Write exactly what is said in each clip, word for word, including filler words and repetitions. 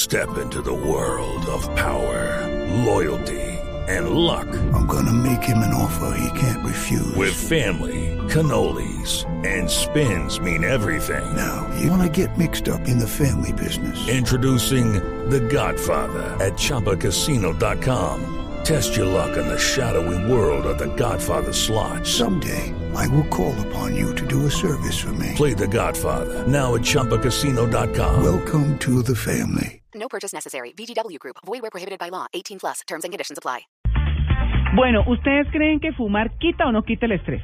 Step into the world of power, loyalty, and luck. I'm gonna make him an offer he can't refuse. With family, cannolis, and spins mean everything. Now, you wanna get mixed up in the family business. Introducing The Godfather at Chumba Casino dot com. Test your luck in the shadowy world of The Godfather slot. Someday, I will call upon you to do a service for me. Play The Godfather, now at Chumba Casino dot com. Welcome to the family. No purchase necessary. V G W Group. Void where prohibited by law. eighteen plus. Terms and conditions apply. Bueno, ¿ustedes creen que fumar quita o no quita el estrés?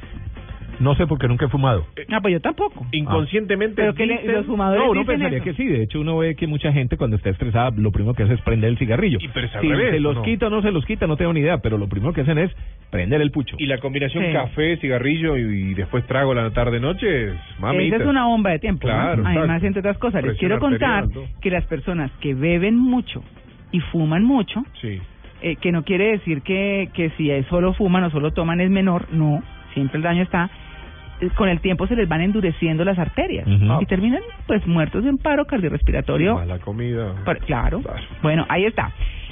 No sé porque nunca he fumado. Ah, pues yo tampoco. Inconscientemente. Pero que le, los fumadores No, uno dicen pensaría eso. que sí. De hecho, uno ve que mucha gente cuando está estresada, lo primero que hace es prender el cigarrillo. Y pero es al si revés, se los ¿no? quita o no se los quita, no tengo ni idea. Pero lo primero que hacen es prender el pucho. Y la combinación Sí. café, cigarrillo y, y después trago la tarde-noche es mamita. Esa es una bomba de tiempo, Claro, ¿no? Además, exacto. entre otras cosas, les Presión quiero contar arterial, ¿no? que las personas que beben mucho y fuman mucho, Sí. eh, que no quiere decir que, que si solo fuman o solo toman es menor, no, siempre el daño está, eh, con el tiempo se les van endureciendo las arterias Ujú. y terminan pues muertos en paro cardiorrespiratorio. Mala comida. Por- claro. Claro. Bueno, ahí está.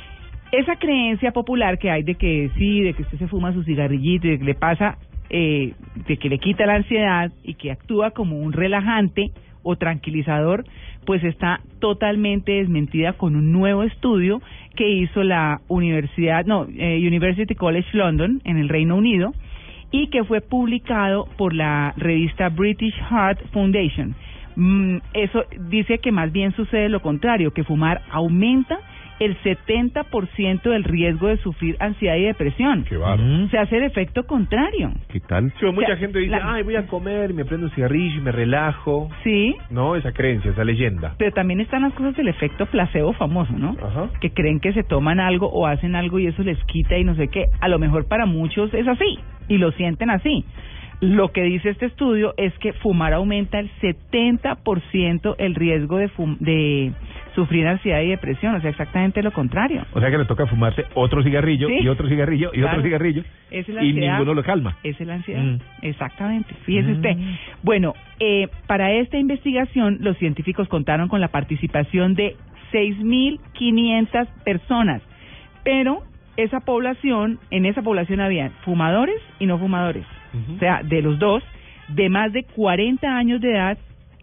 Esa creencia popular que hay de que sí, de que usted se fuma su cigarrillito y de que le pasa, eh, de que le quita la ansiedad y que actúa como un relajante o tranquilizador, pues está totalmente desmentida con un nuevo estudio que hizo la Universidad, no, eh, University College London en el Reino Unido y que fue publicado por la revista British Heart Foundation. Mm, eso dice que más bien sucede lo contrario, que fumar aumenta el setenta por ciento del riesgo de sufrir ansiedad y depresión. Qué bárbaro. Mm. Se hace el efecto contrario. ¿Qué tal? Sí, mucha O sea, gente dice, la- ay, voy a comer y me prendo un cigarrillo y me relajo. Sí, No, esa creencia, esa leyenda. pero también están las cosas del efecto placebo famoso, ¿no? Ajá. Que creen que se toman algo o hacen algo y eso les quita y no sé qué. A lo mejor para muchos es así y lo sienten así. Lo que dice este estudio es que fumar aumenta el setenta por ciento el riesgo de, fum- de sufrir ansiedad y depresión, o sea, exactamente lo contrario. O sea que le toca fumarse otro cigarrillo Sí. y otro cigarrillo y Claro. otro cigarrillo Esa es la y ansiedad. ninguno lo calma. Esa es la ansiedad, Mm. exactamente. Fíjese Mm. usted. Bueno, eh, para esta investigación los científicos contaron con la participación de seis mil quinientas personas, pero esa población, en esa población había fumadores y no fumadores, Ujú. o sea, de los dos, de más de cuarenta años de edad.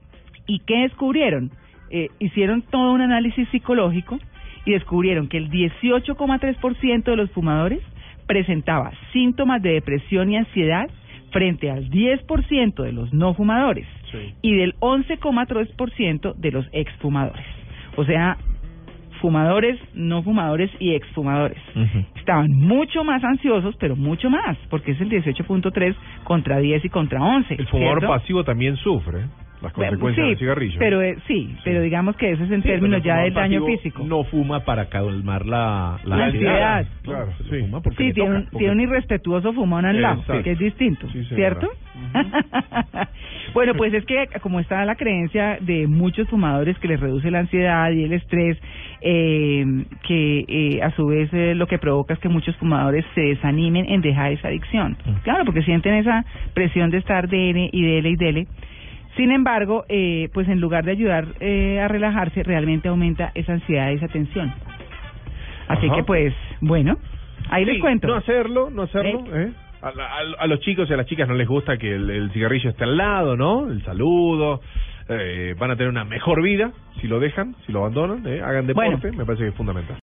¿Y qué descubrieron? Eh, hicieron todo un análisis psicológico y descubrieron que el dieciocho coma tres por ciento de los fumadores presentaba síntomas de depresión y ansiedad frente al diez por ciento de los no fumadores Sí. y del once coma tres por ciento de los exfumadores. O sea, fumadores, no fumadores y exfumadores. Ujú. Estaban mucho más ansiosos, pero mucho más, porque es el dieciocho punto tres contra diez y contra once. El fumador ¿cierto? pasivo también sufre las Bueno, consecuencias sí, del cigarrillo. Pero eh, sí, pero digamos que eso es en Sí, términos pero ya el del daño pasivo físico. No fuma para calmar la, la La ansiedad. ansiedad. ¿no? Claro, Se lo sí. fuma porque Sí, le tiene toca, un, porque- tiene un irrespetuoso fumón al lado, Exacto. que es distinto, Sí, señora. ¿cierto? Bueno, pues es que como está la creencia de muchos fumadores que les reduce la ansiedad y el estrés, eh, que eh, a su vez eh, lo que provoca es que muchos fumadores se desanimen en dejar esa adicción. Mm. Claro, porque sienten esa presión de estar dele y dele y dele. Sin embargo, eh, pues en lugar de ayudar eh, a relajarse, realmente aumenta esa ansiedad y esa tensión. Así Ajá. que pues, bueno, ahí les Sí, cuento. No hacerlo, no hacerlo. ¿eh? A, a- a los chicos y a las chicas no les gusta que el, el cigarrillo esté al lado, ¿no? El saludo. Eh, van a tener una mejor vida si lo dejan, si lo abandonan. ¿eh? Hagan deporte, Bueno. me parece que es fundamental.